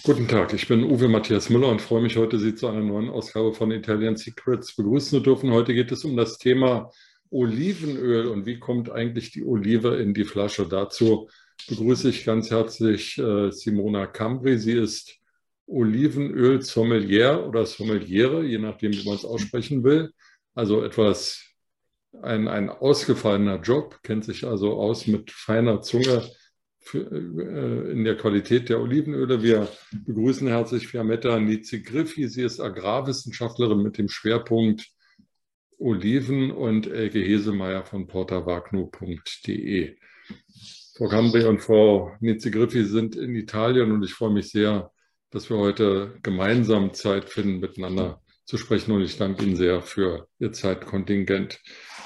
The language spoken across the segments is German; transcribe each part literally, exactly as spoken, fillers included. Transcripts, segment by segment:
Guten Tag, ich bin Uwe Matthias Müller und freue mich heute, Sie zu einer neuen Ausgabe von Italian Secrets begrüßen zu dürfen. Heute geht es um das Thema Olivenöl und wie kommt eigentlich die Olive in die Flasche. Dazu begrüße ich ganz herzlich äh, Simona Cambri. Sie ist Olivenöl-Sommelier oder Sommeliere, je nachdem, wie man es aussprechen will. Also etwas, ein, ein ausgefallener Job, kennt sich also aus mit feiner Zunge für, äh, in der Qualität der Olivenöle. Wir begrüßen herzlich Fiammetta Nizzi-Griffi. Sie ist Agrarwissenschaftlerin mit dem Schwerpunkt Oliven und Elke Hesemeyer von portavagno punkt de. Frau Cambri und Frau Nizzi-Griffi sind in Italien und ich freue mich sehr, dass wir heute gemeinsam Zeit finden, miteinander zu sprechen, und ich danke Ihnen sehr für Ihr Zeitkontingent.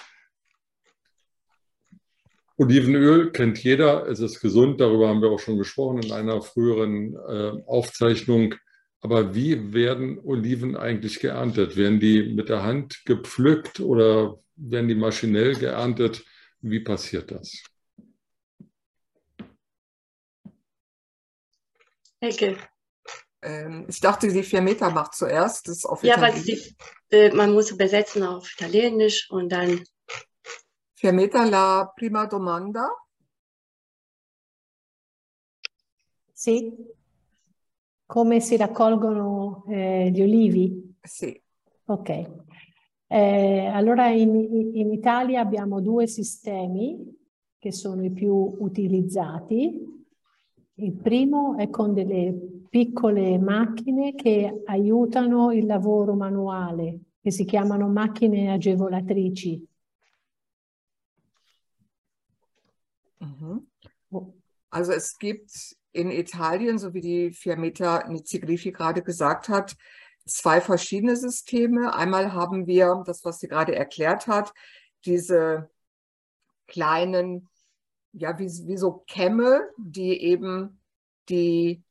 Olivenöl kennt jeder, es ist gesund, darüber haben wir auch schon gesprochen in einer früheren äh, Aufzeichnung. Aber wie werden Oliven eigentlich geerntet? Werden die mit der Hand gepflückt oder werden die maschinell geerntet? Wie passiert das? Elke. Ähm, ich dachte, die Fiammetta macht zuerst. Das ist auf Ja, weil Italienisch. sie, äh, man muss übersetzen auf Italienisch und dann. Fiammetta, la prima domanda. Sì, come si raccolgono eh, gli olivi? Sì. Ok, eh, allora in, in Italia abbiamo due sistemi che sono i più utilizzati. Il primo è con delle piccole macchine che aiutano il lavoro manuale, che si chiamano macchine agevolatrici. Mhm. Also es gibt in Italien, so wie die Fiammetta Nizzi-Griffi gerade gesagt hat, zwei verschiedene Systeme. Einmal haben wir das, was sie gerade erklärt hat, diese kleinen, ja, wie, wie so Kämme, die eben die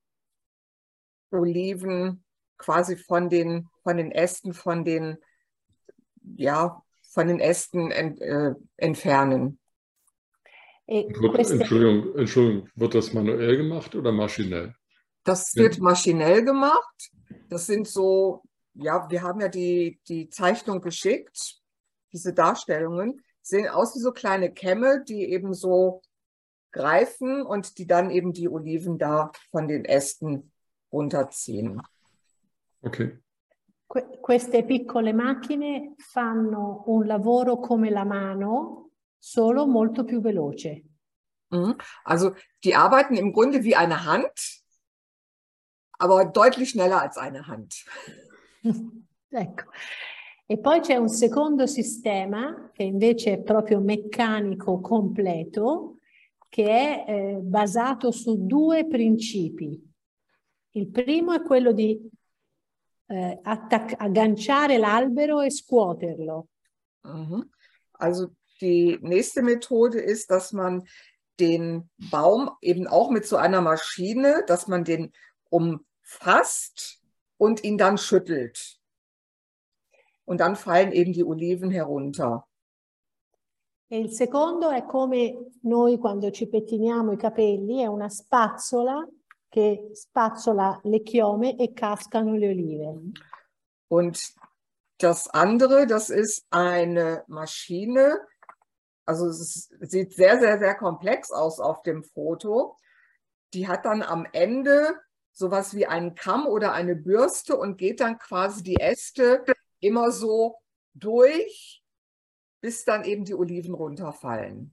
Oliven quasi von den, von den Ästen, von den, ja, von den Ästen ent, äh, entfernen. Wird, Entschuldigung, Entschuldigung, wird das manuell gemacht oder maschinell? Das wird maschinell gemacht. Das sind so, ja, wir haben ja die, die Zeichnung geschickt. Diese Darstellungen sehen aus wie so kleine Kämme, die eben so greifen und die dann eben die Oliven da von den Ästen runterziehen. Okay. Queste piccole macchine fanno un lavoro come la mano, solo molto più veloce. Also die arbeiten im Grunde wie eine Hand, aber deutlich schneller als eine Hand. Ecco. E poi c'è un secondo sistema che invece è proprio meccanico completo, che è eh, basato su due principi. Il primo è quello di eh, agganciare l'albero e scuoterlo. Also die nächste Methode ist, dass man den Baum eben auch mit so einer Maschine, dass man den umfasst und ihn dann schüttelt. Und dann fallen eben die Oliven herunter. E il secondo è come noi quando ci pettiniamo i capelli, è una spazzola che spazzola le chiome e cascano le olive. Und das andere, das ist eine Maschine. Also es ist, sieht sehr, sehr, sehr komplex aus auf dem Foto. Die hat dann am Ende sowas wie einen Kamm oder eine Bürste und geht dann quasi die Äste immer so durch, bis dann eben die Oliven runterfallen.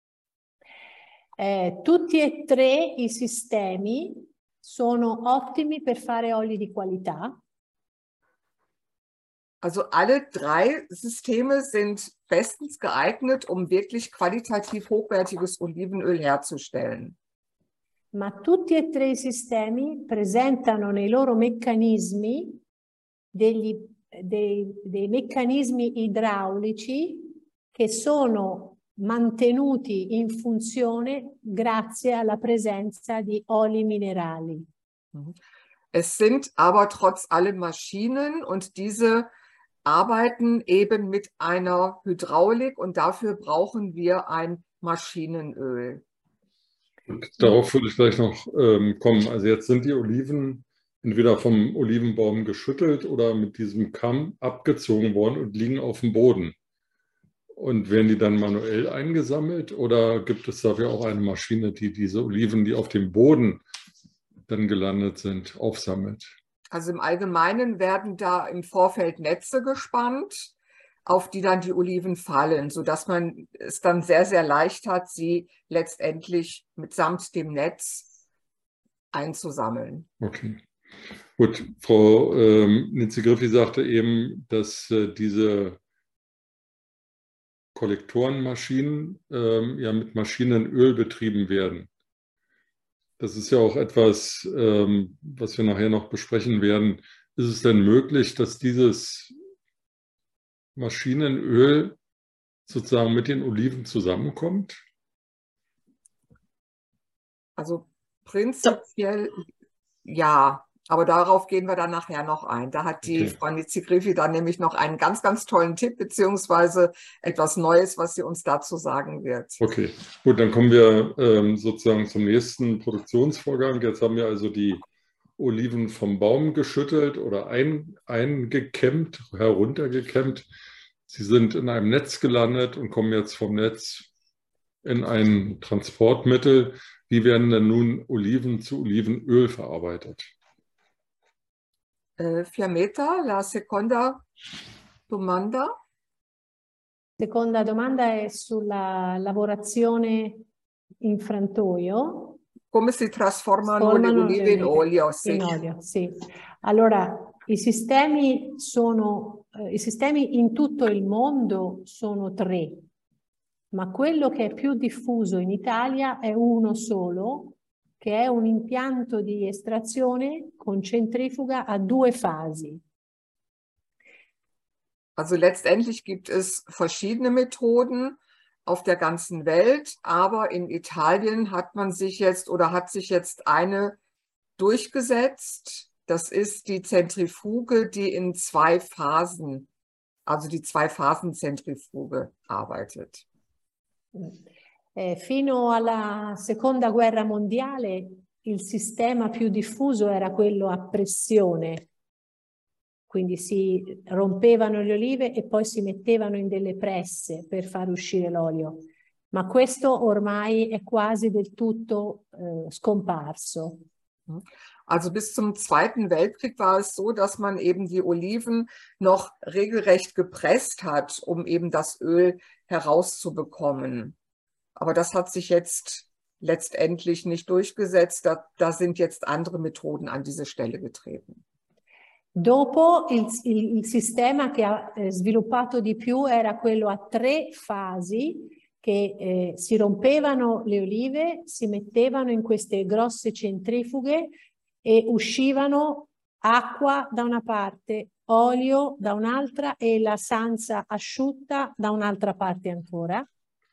Eh, tutti e tre i sistemi sono ottimi per fare oli di qualità. Also alle drei Systeme sind bestens geeignet, um wirklich qualitativ hochwertiges Olivenöl herzustellen. Ma tutti e tre i sistemi presentano nei loro meccanismi degli, dei, dei meccanismi idraulici che sono mantenuti in funzione grazie alla presenza di oli minerali. Es sind aber trotz allem Maschinen und diese arbeiten eben mit einer Hydraulik und dafür brauchen wir ein Maschinenöl. Darauf würde ich gleich noch ähm, kommen. Also jetzt sind die Oliven entweder vom Olivenbaum geschüttelt oder mit diesem Kamm abgezogen worden und liegen auf dem Boden. Und werden die dann manuell eingesammelt oder gibt es dafür auch eine Maschine, die diese Oliven, die auf dem Boden dann gelandet sind, aufsammelt? Also im Allgemeinen werden da im Vorfeld Netze gespannt, auf die dann die Oliven fallen, sodass man es dann sehr, sehr leicht hat, sie letztendlich mitsamt dem Netz einzusammeln. Okay. Gut, Frau ähm, Nitze-Griffi sagte eben, dass äh, diese Kollektorenmaschinen ähm, ja mit Maschinenöl betrieben werden. Das ist ja auch etwas, ähm, was wir nachher noch besprechen werden. Ist es denn möglich, dass dieses Maschinenöl sozusagen mit den Oliven zusammenkommt? Also prinzipiell ja, aber darauf gehen wir dann nachher noch ein. Da hat die Okay. Frau Nitze-Griffi dann nämlich noch einen ganz, ganz tollen Tipp, beziehungsweise etwas Neues, was sie uns dazu sagen wird. Okay, gut, dann kommen wir ähm, sozusagen zum nächsten Produktionsvorgang. Jetzt haben wir also die Oliven vom Baum geschüttelt oder ein, eingekämmt, heruntergekämmt. Sie sind in einem Netz gelandet und kommen jetzt vom Netz in ein Transportmittel. Wie werden denn nun Oliven zu Olivenöl verarbeitet? Eh, Fiammetta, la seconda domanda. Seconda domanda è sulla lavorazione in frantoio. Come si trasformano le Formano le olive in olive olio? Sì. in olio, sì. Allora, i sistemi sono, eh, i sistemi in tutto il mondo sono tre, ma quello che è più diffuso in Italia è uno solo, che è un impianto di estrazione con centrifuga a due fasi. Also letztendlich gibt es verschiedene Methoden auf der ganzen Welt, aber in Italien hat man sich jetzt oder hat sich jetzt eine durchgesetzt. Das ist die Zentrifuge, die in zwei Phasen, also die Zwei-Phasen-Zentrifuge arbeitet. Eh, fino alla seconda guerra mondiale il sistema più diffuso era quello a pressione, quindi si rompevano le olive e poi si mettevano in delle presse per far uscire l'olio, ma questo ormai è quasi del tutto eh, scomparso. Also bis zum Zweiten Weltkrieg war es so, dass man eben die Oliven noch regelrecht gepresst hat, um eben das Öl herauszubekommen. Aber das hat sich jetzt letztendlich nicht durchgesetzt. Da, da sind jetzt andere Methoden an diese Stelle getreten. Dopo il, il, il sistema che ha eh, sviluppato di più era quello a tre fasi, che eh, si rompevano le olive, si mettevano in queste grosse centrifughe e uscivano acqua da una parte, olio da un'altra e la sanza asciutta da un'altra parte ancora.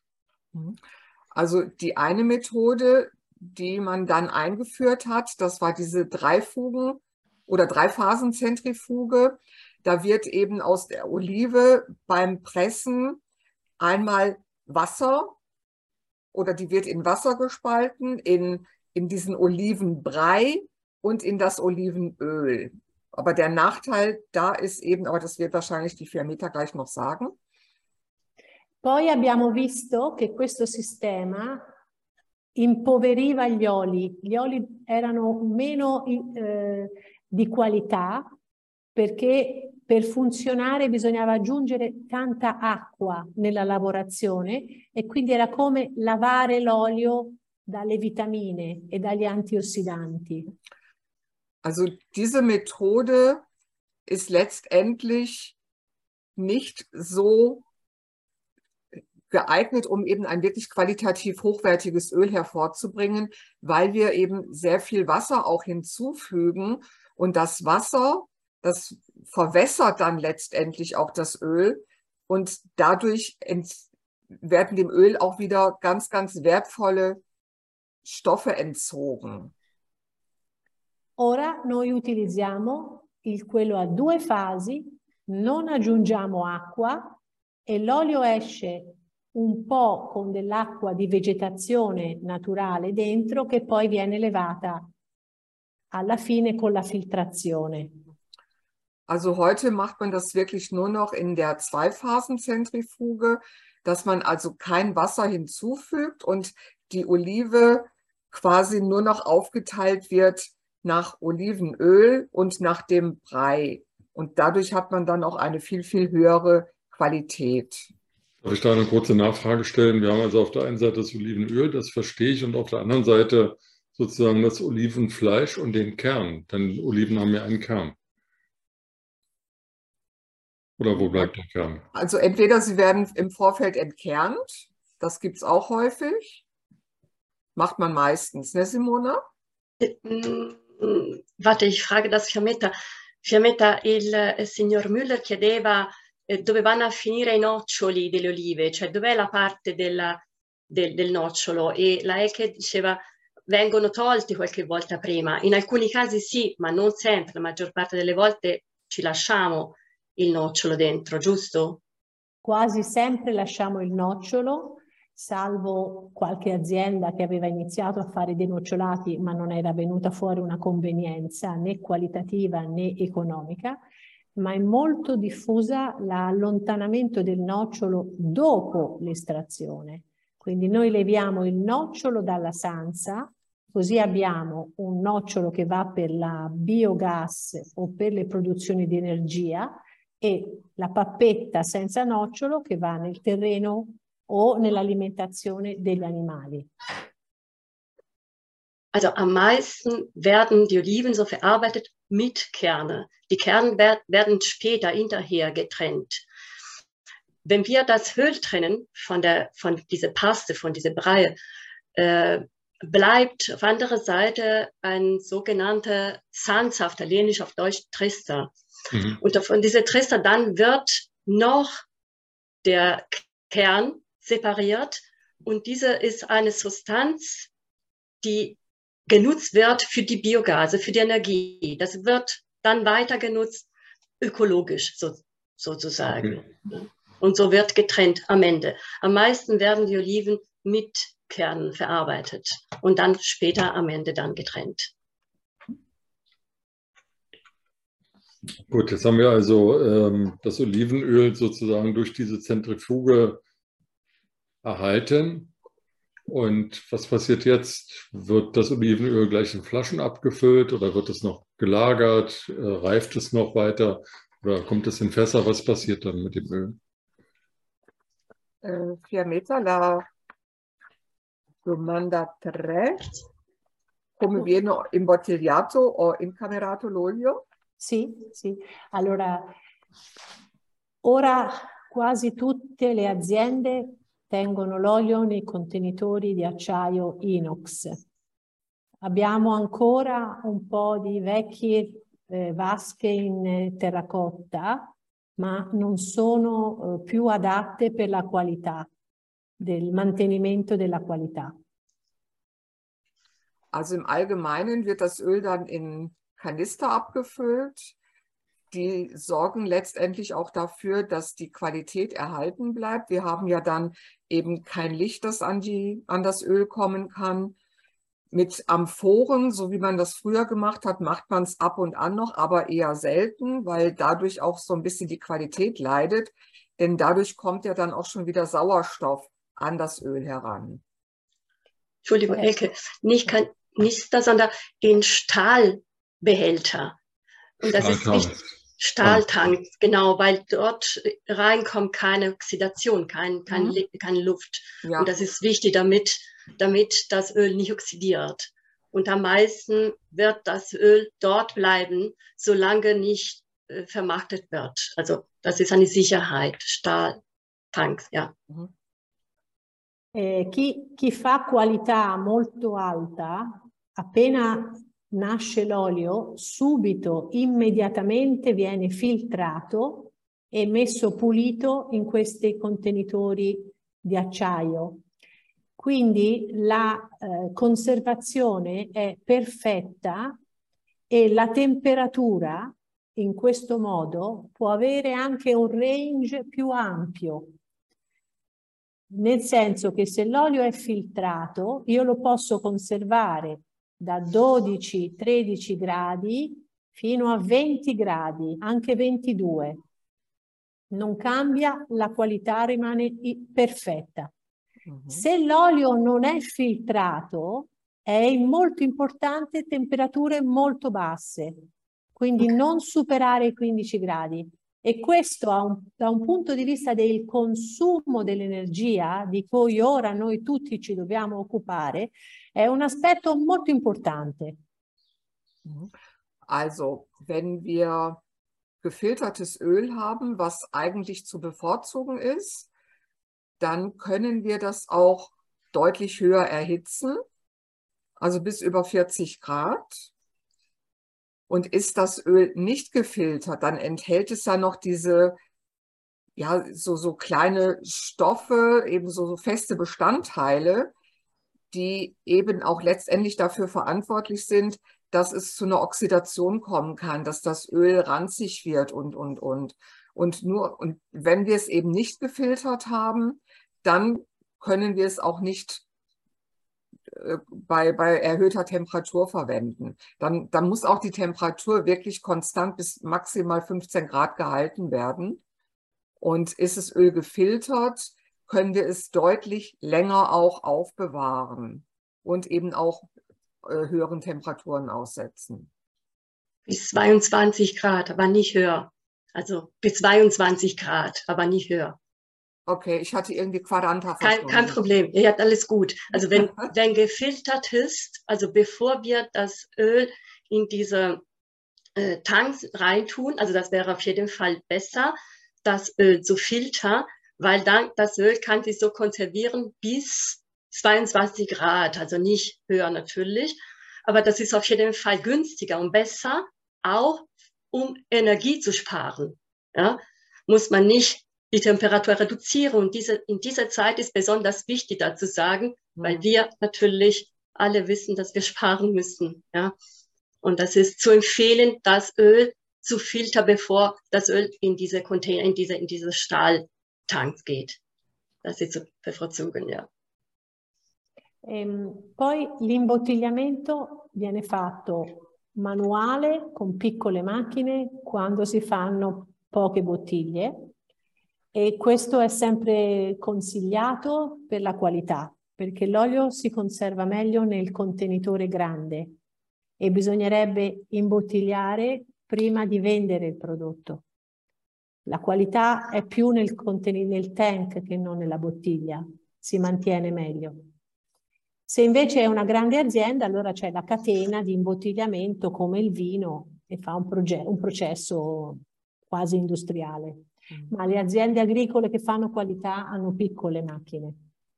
Also die eine Methode, die man dann eingeführt hat, das war diese Dreifugen- oder Dreiphasenzentrifuge. Da wird eben aus der Olive beim Pressen einmal Wasser oder die wird in Wasser gespalten, in, in diesen Olivenbrei und in das Olivenöl. Aber der Nachteil da ist eben, aber das wird wahrscheinlich die Fiammetta gleich noch sagen. Poi abbiamo visto che questo sistema impoveriva gli oli. Gli oli erano meno eh, di qualità perché per funzionare bisognava aggiungere tanta acqua nella lavorazione e quindi era come lavare l'olio dalle vitamine e dagli antiossidanti. Also diese Methode ist letztendlich nicht so geeignet, um eben ein wirklich qualitativ hochwertiges Öl hervorzubringen, weil wir eben sehr viel Wasser auch hinzufügen und das Wasser, das verwässert dann letztendlich auch das Öl und dadurch werden dem Öl auch wieder ganz, ganz wertvolle Stoffe entzogen. Ora noi utilizziamo il quello a due fasi, non aggiungiamo acqua e l'olio esce un po' con dell'acqua di vegetazione naturale dentro che poi viene levata alla fine con la filtrazione. Also heute macht man das wirklich nur noch in der Zweiphasenzentrifuge, dass man also kein Wasser hinzufügt und die Olive quasi nur noch aufgeteilt wird nach Olivenöl und nach dem Brei. Und dadurch hat man dann auch eine viel, viel höhere Qualität. Darf ich da eine kurze Nachfrage stellen? Wir haben also auf der einen Seite das Olivenöl, das verstehe ich, und auf der anderen Seite sozusagen das Olivenfleisch und den Kern. Denn Oliven haben ja einen Kern. Oder wo bleibt der Kern? Also entweder sie werden im Vorfeld entkernt, das gibt es auch häufig. Macht man meistens, ne Simona? Warte, ich frage das Fiammetta. Fiammetta, il eh, signor Müller chiedeva eh, dove vanno a finire i noccioli delle olive, cioè dov'è la parte della, del, del nocciolo, e la Elke diceva vengono tolti qualche volta prima. In alcuni casi sì, ma non sempre, la maggior parte delle volte ci lasciamo il nocciolo dentro, giusto? Quasi sempre lasciamo il nocciolo, salvo qualche azienda che aveva iniziato a fare dei nocciolati ma non era venuta fuori una convenienza né qualitativa né economica, ma è molto diffusa l'allontanamento del nocciolo dopo l'estrazione. Quindi noi leviamo il nocciolo dalla sansa, così abbiamo un nocciolo che va per la biogas o per le produzioni di energia e la pappetta senza nocciolo che va nel terreno o nell'alimentazione degli animali. Also am meisten werden die Oliven so verarbeitet mit Kerne. Die Kerne werd, werden später hinterher getrennt. Wenn wir das Öl trennen von, der, von dieser Paste, von dieser Brei, äh, bleibt auf anderer Seite ein sogenannter Sansa, auf Italienisch, auf Deutsch Trister. Mhm. Und von dieser Trister dann wird noch der Kern separiert und diese ist eine Substanz, die genutzt wird für die Biogase, für die Energie. Das wird dann weiter genutzt, ökologisch so, sozusagen. Okay. Und so wird getrennt am Ende. Am meisten werden die Oliven mit Kernen verarbeitet und dann später am Ende dann getrennt. Gut, jetzt haben wir also ähm, das Olivenöl sozusagen durch diese Zentrifuge erhalten. Und was passiert jetzt? Wird das Olivenöl gleich in Flaschen abgefüllt oder wird es noch gelagert? Äh, reift es noch weiter oder kommt es in Fässer? Was passiert dann mit dem Öl? Eh, Fiammetta, la domanda tre. Come viene imbottigliato o incamerato l'olio? Sì, sì. Allora, ora quasi tutte le aziende tengono l'olio nei contenitori di acciaio inox. Abbiamo ancora un po' di vecchie eh, vasche in terracotta, ma non sono eh, più adatte per la qualità, del mantenimento della qualità. Also im Allgemeinen wird das Öl dann in Kanister abgefüllt. Die sorgen letztendlich auch dafür, dass die Qualität erhalten bleibt. Wir haben ja dann eben kein Licht, das an, die, an das Öl kommen kann. Mit Amphoren, so wie man das früher gemacht hat, macht man es ab und an noch, aber eher selten, weil dadurch auch so ein bisschen die Qualität leidet. Denn dadurch kommt ja dann auch schon wieder Sauerstoff an das Öl heran. Entschuldigung, Elke, nicht Kanister, sondern in Stahlbehälter. Und das ist wichtig. Stahltank, genau, weil dort reinkommt keine Oxidation, kein, kein, mhm. keine Luft. Ja. Und das ist wichtig, damit, damit das Öl nicht oxidiert. Und am meisten wird das Öl dort bleiben, solange nicht äh, vermarktet wird. Also das ist eine Sicherheit, Stahltank, ja. Mhm. Eh, chi, chi fa qualità molto alta, appena nasce l'olio, subito, immediatamente viene filtrato e messo pulito in questi contenitori di acciaio. Quindi la eh, conservazione è perfetta e la temperatura in questo modo può avere anche un range più ampio. nel senso che se l'olio è filtrato, io lo posso conservare da dodici tredici gradi fino a venti gradi, anche ventidue. Non cambia, la qualità rimane perfetta. Uh-huh. Se l'olio non è filtrato, è molto importante temperature molto basse, quindi okay. non superare i quindici gradi. E questo ha un, da un punto di vista del consumo dell'energia, di cui ora noi tutti ci dobbiamo occupare, è un aspetto molto importante. Also, wenn wir gefiltertes Öl haben, was eigentlich zu bevorzugen ist, dann können wir das auch deutlich höher erhitzen, also bis über vierzig Grad. Und ist das Öl nicht gefiltert, dann enthält es ja noch diese, ja, so, so kleine Stoffe, eben so, so feste Bestandteile, die eben auch letztendlich dafür verantwortlich sind, dass es zu einer Oxidation kommen kann, dass das Öl ranzig wird und, und, und. Und nur, und wenn wir es eben nicht gefiltert haben, dann können wir es auch nicht Bei, bei erhöhter Temperatur verwenden. Dann, dann muss auch die Temperatur wirklich konstant bis maximal fünfzehn Grad gehalten werden. Und ist das Öl gefiltert, können wir es deutlich länger auch aufbewahren und eben auch äh, höheren Temperaturen aussetzen. Bis zweiundzwanzig Grad, aber nicht höher. Also bis zweiundzwanzig Grad, aber nicht höher. Okay, ich hatte irgendwie Quaranta verstanden. Kein, kein Problem, ihr habt alles gut. Also wenn, wenn gefiltert ist, also bevor wir das Öl in diese äh, Tanks reintun, also das wäre auf jeden Fall besser, das Öl zu filtern, weil dann das Öl kann sich so konservieren bis zweiundzwanzig Grad, also nicht höher natürlich, aber das ist auf jeden Fall günstiger und besser, auch um Energie zu sparen. Ja? Muss man nicht die Temperatur reduzieren. Und diese, in dieser Zeit ist besonders wichtig, dazu sagen, mhm. weil wir natürlich alle wissen, dass wir sparen müssen. Ja? Und das ist zu empfehlen, das Öl zu filtern, bevor das Öl in diese Container, in diese, in diese Stahltanks geht. Das ist zu bevorzugen, ja. Ehm, poi l'imbottigliamento viene fatto manuale con piccole macchine quando si fanno poche bottiglie. E questo è sempre consigliato per la qualità, perché l'olio si conserva meglio nel contenitore grande e bisognerebbe imbottigliare prima di vendere il prodotto. La qualità è più nel, nel tank che non nella bottiglia, si mantiene meglio. Se invece è una grande azienda, allora c'è la catena di imbottigliamento come il vino e fa un, un processo quasi industriale. Ma le aziende agricole che fanno qualità hanno piccole macchine.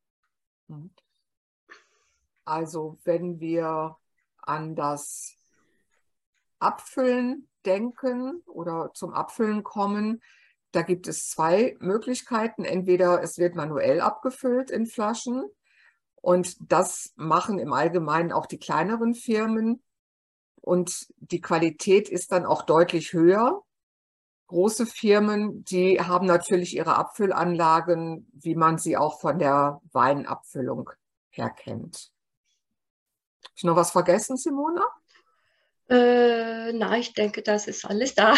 Also wenn wir an das Abfüllen denken oder zum Abfüllen kommen, da gibt es zwei Möglichkeiten. Entweder es wird manuell abgefüllt in Flaschen und das machen im Allgemeinen auch die kleineren Firmen und die Qualität ist dann auch deutlich höher. Große Firmen, die haben natürlich ihre Abfüllanlagen, wie man sie auch von der Weinabfüllung her kennt. Habe ich noch was vergessen, Simona? Äh, nein, ich denke, das ist alles da.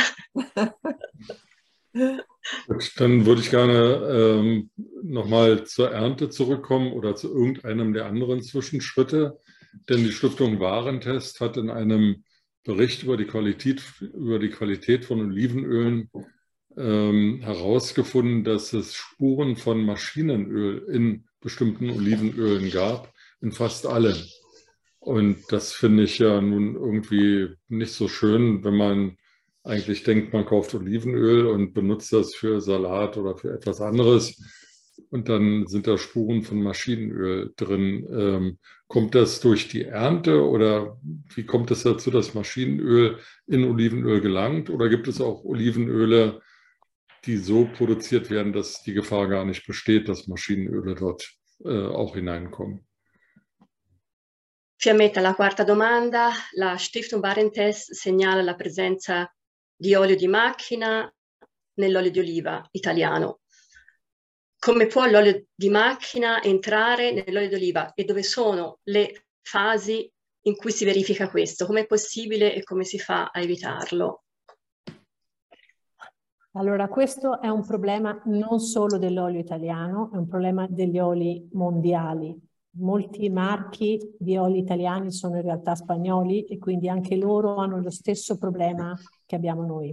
Gut, dann würde ich gerne ähm, nochmal zur Ernte zurückkommen oder zu irgendeinem der anderen Zwischenschritte. Denn die Stiftung Warentest hat in einem Bericht über die Qualität, über die Qualität von Olivenölen ähm, herausgefunden, dass es Spuren von Maschinenöl in bestimmten Olivenölen gab, in fast allen. Und das finde ich ja nun irgendwie nicht so schön, wenn man eigentlich denkt, man kauft Olivenöl und benutzt das für Salat oder für etwas anderes. Und dann sind da Spuren von Maschinenöl drin. Ähm, kommt das durch die Ernte oder wie kommt es dazu, dass Maschinenöl in Olivenöl gelangt? Oder gibt es auch Olivenöle, die so produziert werden, dass die Gefahr gar nicht besteht, dass Maschinenöle dort äh, auch hineinkommen? Fiammetta, la quarta domanda. La Stiftung Warentest segnala la presenza di olio di macchina nell'olio di oliva italiano. come può l'olio di macchina entrare nell'olio d'oliva e dove sono le fasi in cui si verifica questo? Com'è possibile e come si fa a evitarlo? Allora, questo è un problema non solo dell'olio italiano, è un problema degli oli mondiali. Molti marchi di oli italiani sono in realtà spagnoli e quindi anche loro hanno lo stesso problema che abbiamo noi.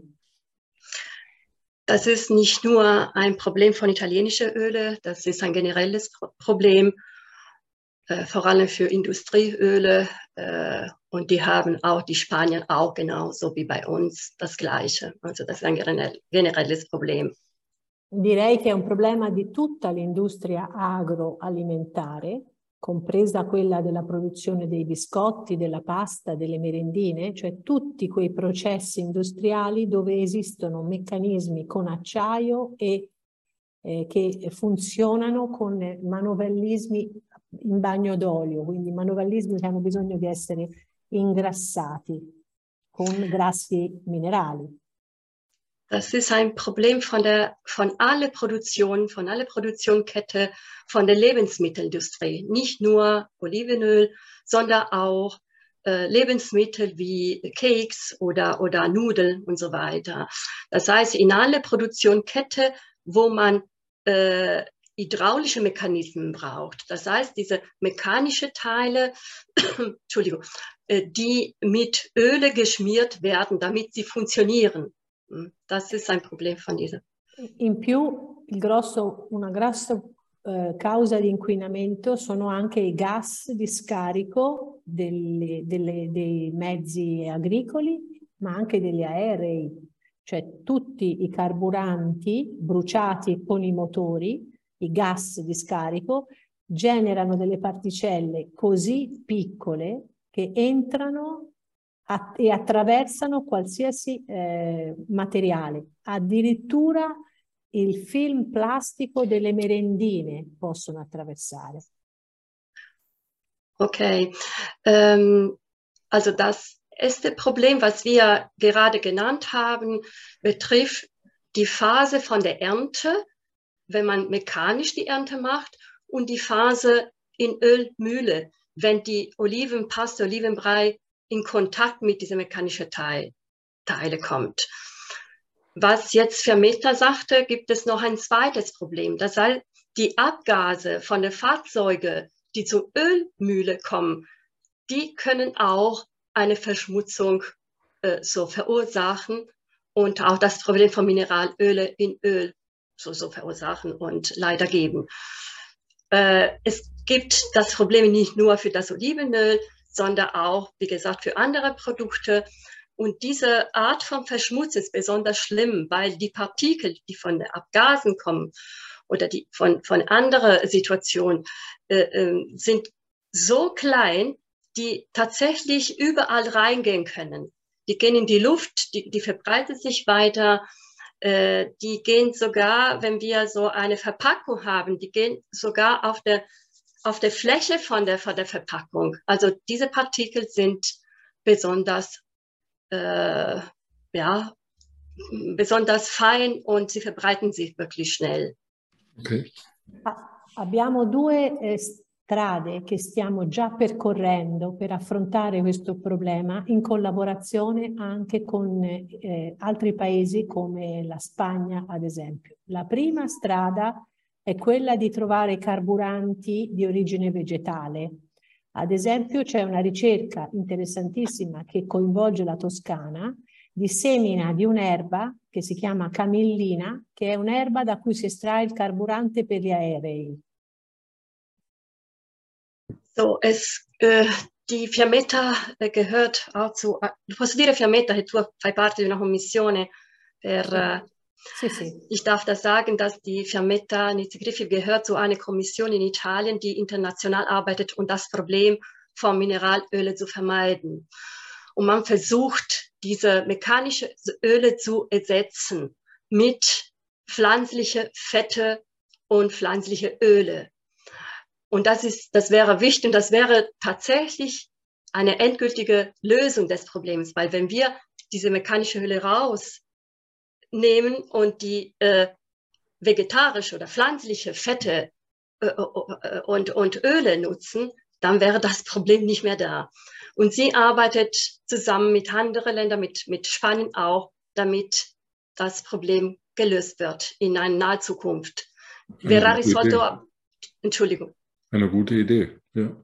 Das ist nicht nur ein Problem von italienischen Öle, das ist ein generelles Problem, äh, vor allem für Industrieöle. Äh, und die haben auch, die Spanier auch genauso wie bei uns das Gleiche. Also das ist ein generelles Problem. Direi che è un problema di tutta l'industria agroalimentare, compresa quella della produzione dei biscotti, della pasta, delle merendine, cioè tutti quei processi industriali dove esistono meccanismi con acciaio e eh, che funzionano con manovallismi in bagno d'olio, quindi manovallismi che hanno bisogno di essere ingrassati con grassi minerali. Das ist ein Problem von der, von aller Produktion, von aller Produktionskette, von der Lebensmittelindustrie. Nicht nur Olivenöl, sondern auch äh, Lebensmittel wie Keks oder, oder Nudeln und so weiter. Das heißt, in aller Produktionskette, wo man äh, hydraulische Mechanismen braucht. Das heißt, diese mechanische Teile, Entschuldigung, äh, die mit Öle geschmiert werden, damit sie funktionieren. Das ist ein Problem von dieser. In più, il grosso, una grossa eh, causa di inquinamento sono anche i gas di scarico delle, delle, dei mezzi agricoli, ma anche degli aerei, cioè tutti i carburanti bruciati con i motori, i gas di scarico, generano delle particelle così piccole che entrano e attraversano qualsiasi eh, materiale, addirittura il film plastico delle merendine possono attraversare. Okay, ähm, also das erste Problem, was wir gerade genannt haben, betrifft die Phase von der Ernte, wenn man mechanisch die Ernte macht, und die Phase in Ölmühle, wenn die Olivenpaste, Olivenbrei in Kontakt mit dieser mechanischen Teil, Teile kommt. Was jetzt Vermeter sagte, gibt es noch ein zweites Problem. Das heißt, die Abgase von den Fahrzeugen, die zur Ölmühle kommen, die können auch eine Verschmutzung äh, so verursachen und auch das Problem von Mineralöle in Öl so, so verursachen und leider geben. Äh, es gibt das Problem nicht nur für das Olivenöl, sondern auch, wie gesagt, für andere Produkte. Und diese Art von Verschmutzung ist besonders schlimm, weil die Partikel, die von den Abgasen kommen oder die von, von anderen Situationen, äh, äh, sind so klein, die tatsächlich überall reingehen können. Die gehen in die Luft, die, die verbreiten sich weiter, äh, die gehen sogar, wenn wir so eine Verpackung haben, die gehen sogar auf der auf der Fläche von der, von der Verpackung. Also diese Partikel sind besonders, äh, ja, besonders fein und sie verbreiten sich wirklich schnell. Okay. Abbiamo due eh, strade che stiamo già percorrendo per affrontare questo problema in collaborazione anche con eh, altri paesi come la Spagna, ad esempio. La prima strada è quella di trovare carburanti di origine vegetale. Ad esempio c'è una ricerca interessantissima che coinvolge la Toscana di semina di un'erba che si chiama camillina, che è un'erba da cui si estrae il carburante per gli aerei. So, es, äh, die Fiammetta äh, gehört auch zu, äh, posso dire Fiammetta che tu fai parte di una commissione per... Äh, Sì, sì. Ich darf das sagen, dass die Fiammetta Nizza Griffi gehört zu einer Kommission in Italien, die international arbeitet, um das Problem von Mineralöle zu vermeiden. Und man versucht, diese mechanischen Öle zu ersetzen mit pflanzlichen Fette und pflanzlichen Öle. Und das ist, das wäre wichtig und das wäre tatsächlich eine endgültige Lösung des Problems, weil wenn wir diese mechanische Öle raus nehmen und die äh, vegetarische oder pflanzliche Fette äh, und, und Öle nutzen, dann wäre das Problem nicht mehr da. Und sie arbeitet zusammen mit anderen Ländern, mit, mit Spanien auch, damit das Problem gelöst wird in einer nahen Zukunft. Verrà risolto... Entschuldigung. Eine gute Idee, ja.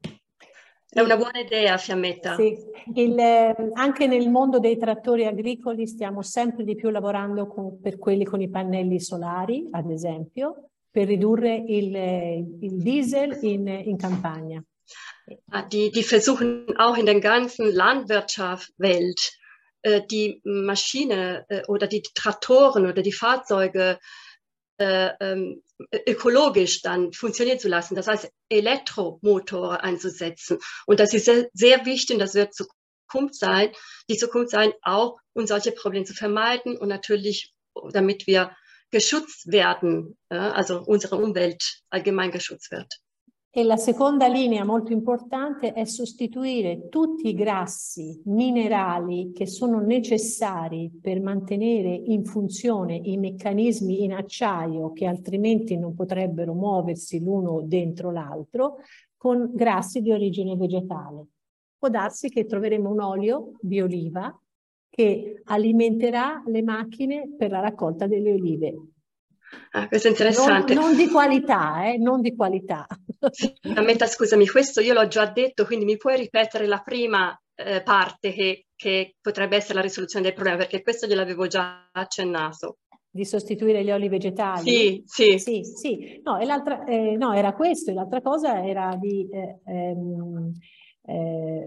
È una buona idea, Fiammetta. Sì. Il, eh, anche nel mondo dei trattori agricoli stiamo sempre di più lavorando con, per quelli con i pannelli solari, ad esempio, per ridurre il, il diesel in, in campagna. Die, die versuchen auch in der ganzen Landwirtschaftswelt äh, die Maschine äh, oder die Traktoren oder die Fahrzeuge äh, ähm, ökologisch dann funktionieren zu lassen, das heißt Elektromotoren einzusetzen. Und das ist sehr, sehr wichtig und das wird Zukunft sein, die Zukunft sein, auch um solche Probleme zu vermeiden und natürlich, damit wir geschützt werden, ja, also unsere Umwelt allgemein geschützt wird. E la seconda linea molto importante è sostituire tutti i grassi minerali che sono necessari per mantenere in funzione i meccanismi in acciaio che altrimenti non potrebbero muoversi l'uno dentro l'altro con grassi di origine vegetale. Può darsi che troveremo un olio di oliva che alimenterà le macchine per la raccolta delle olive. Ah, questo è interessante. Non, non di qualità, eh, non di qualità. Fiammetta, scusami, questo io l'ho già detto, quindi mi puoi ripetere la prima eh, parte che, che potrebbe essere la risoluzione del problema, perché questo gliel'avevo già accennato. Di sostituire gli oli vegetali? Sì, sì. Sì, sì. No, e l'altra, eh, no, era questo, e l'altra cosa era di... Eh, ehm, eh,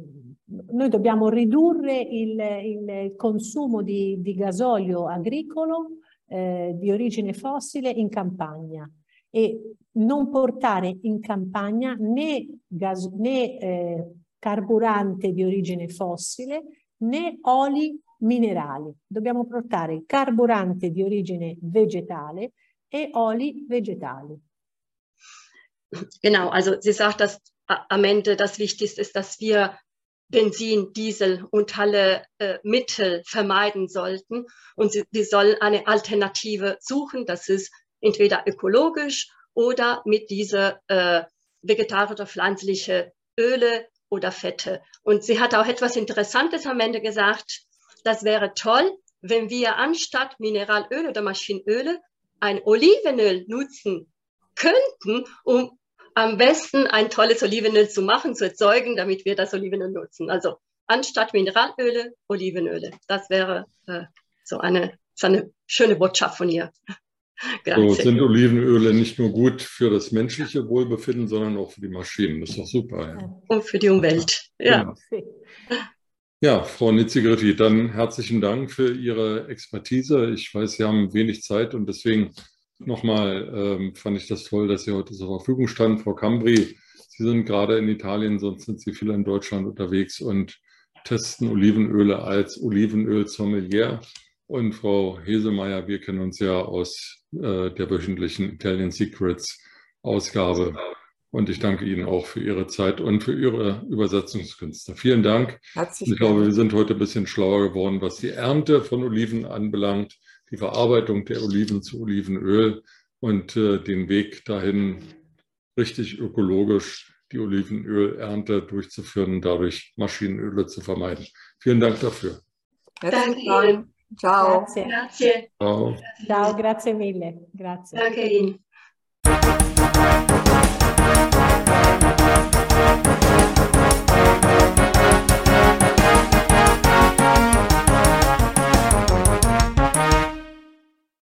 noi dobbiamo ridurre il, il consumo di, di gasolio agricolo eh, di origine fossile in campagna e non portare in campagna né, gas, né eh, carburante di origine fossile né oli minerali. Dobbiamo portare carburante di origine vegetale e oli vegetali. Genau, also sie sagt, dass am Ende das Wichtigste ist, dass wir Benzin, Diesel und alle äh, Mittel vermeiden sollten. Und sie, sie sollen eine Alternative suchen, das ist entweder ökologisch oder mit dieser äh, vegetarischen oder pflanzlichen Öle oder Fette. Und sie hat auch etwas Interessantes am Ende gesagt, das wäre toll, wenn wir anstatt Mineralöl oder Maschinenöle ein Olivenöl nutzen könnten, um am besten ein tolles Olivenöl zu machen, zu erzeugen, damit wir das Olivenöl nutzen. Also anstatt Mineralöle, Olivenöle. Das wäre äh, so, eine, so eine schöne Botschaft von ihr. So sind Olivenöle nicht nur gut für das menschliche Wohlbefinden, sondern auch für die Maschinen. Das ist doch super. Ja. Und für die Umwelt. Ja, genau. Ja, Frau Nizzi-Gritti, dann herzlichen Dank für Ihre Expertise. Ich weiß, Sie haben wenig Zeit und deswegen nochmal ähm, fand ich das toll, dass Sie heute zur Verfügung standen. Frau Cambri, Sie sind gerade in Italien, sonst sind Sie viel in Deutschland unterwegs und testen Olivenöle als Olivenöl-Sommelier. Und Frau Hesemeyer, wir kennen uns ja aus äh, der wöchentlichen Italian Secrets Ausgabe. Und ich danke Ihnen auch für Ihre Zeit und für Ihre Übersetzungskünste. Vielen Dank. Herzlichen ich glaube, wir sind heute ein bisschen schlauer geworden, was die Ernte von Oliven anbelangt, die Verarbeitung der Oliven zu Olivenöl und äh, den Weg dahin, richtig ökologisch die Olivenölernte durchzuführen und dadurch Maschinenöle zu vermeiden. Vielen Dank dafür. Danke Ihnen. Ciao. Grazie. Grazie. Ciao. Ciao, grazie mille. Grazie. Danke Ihnen.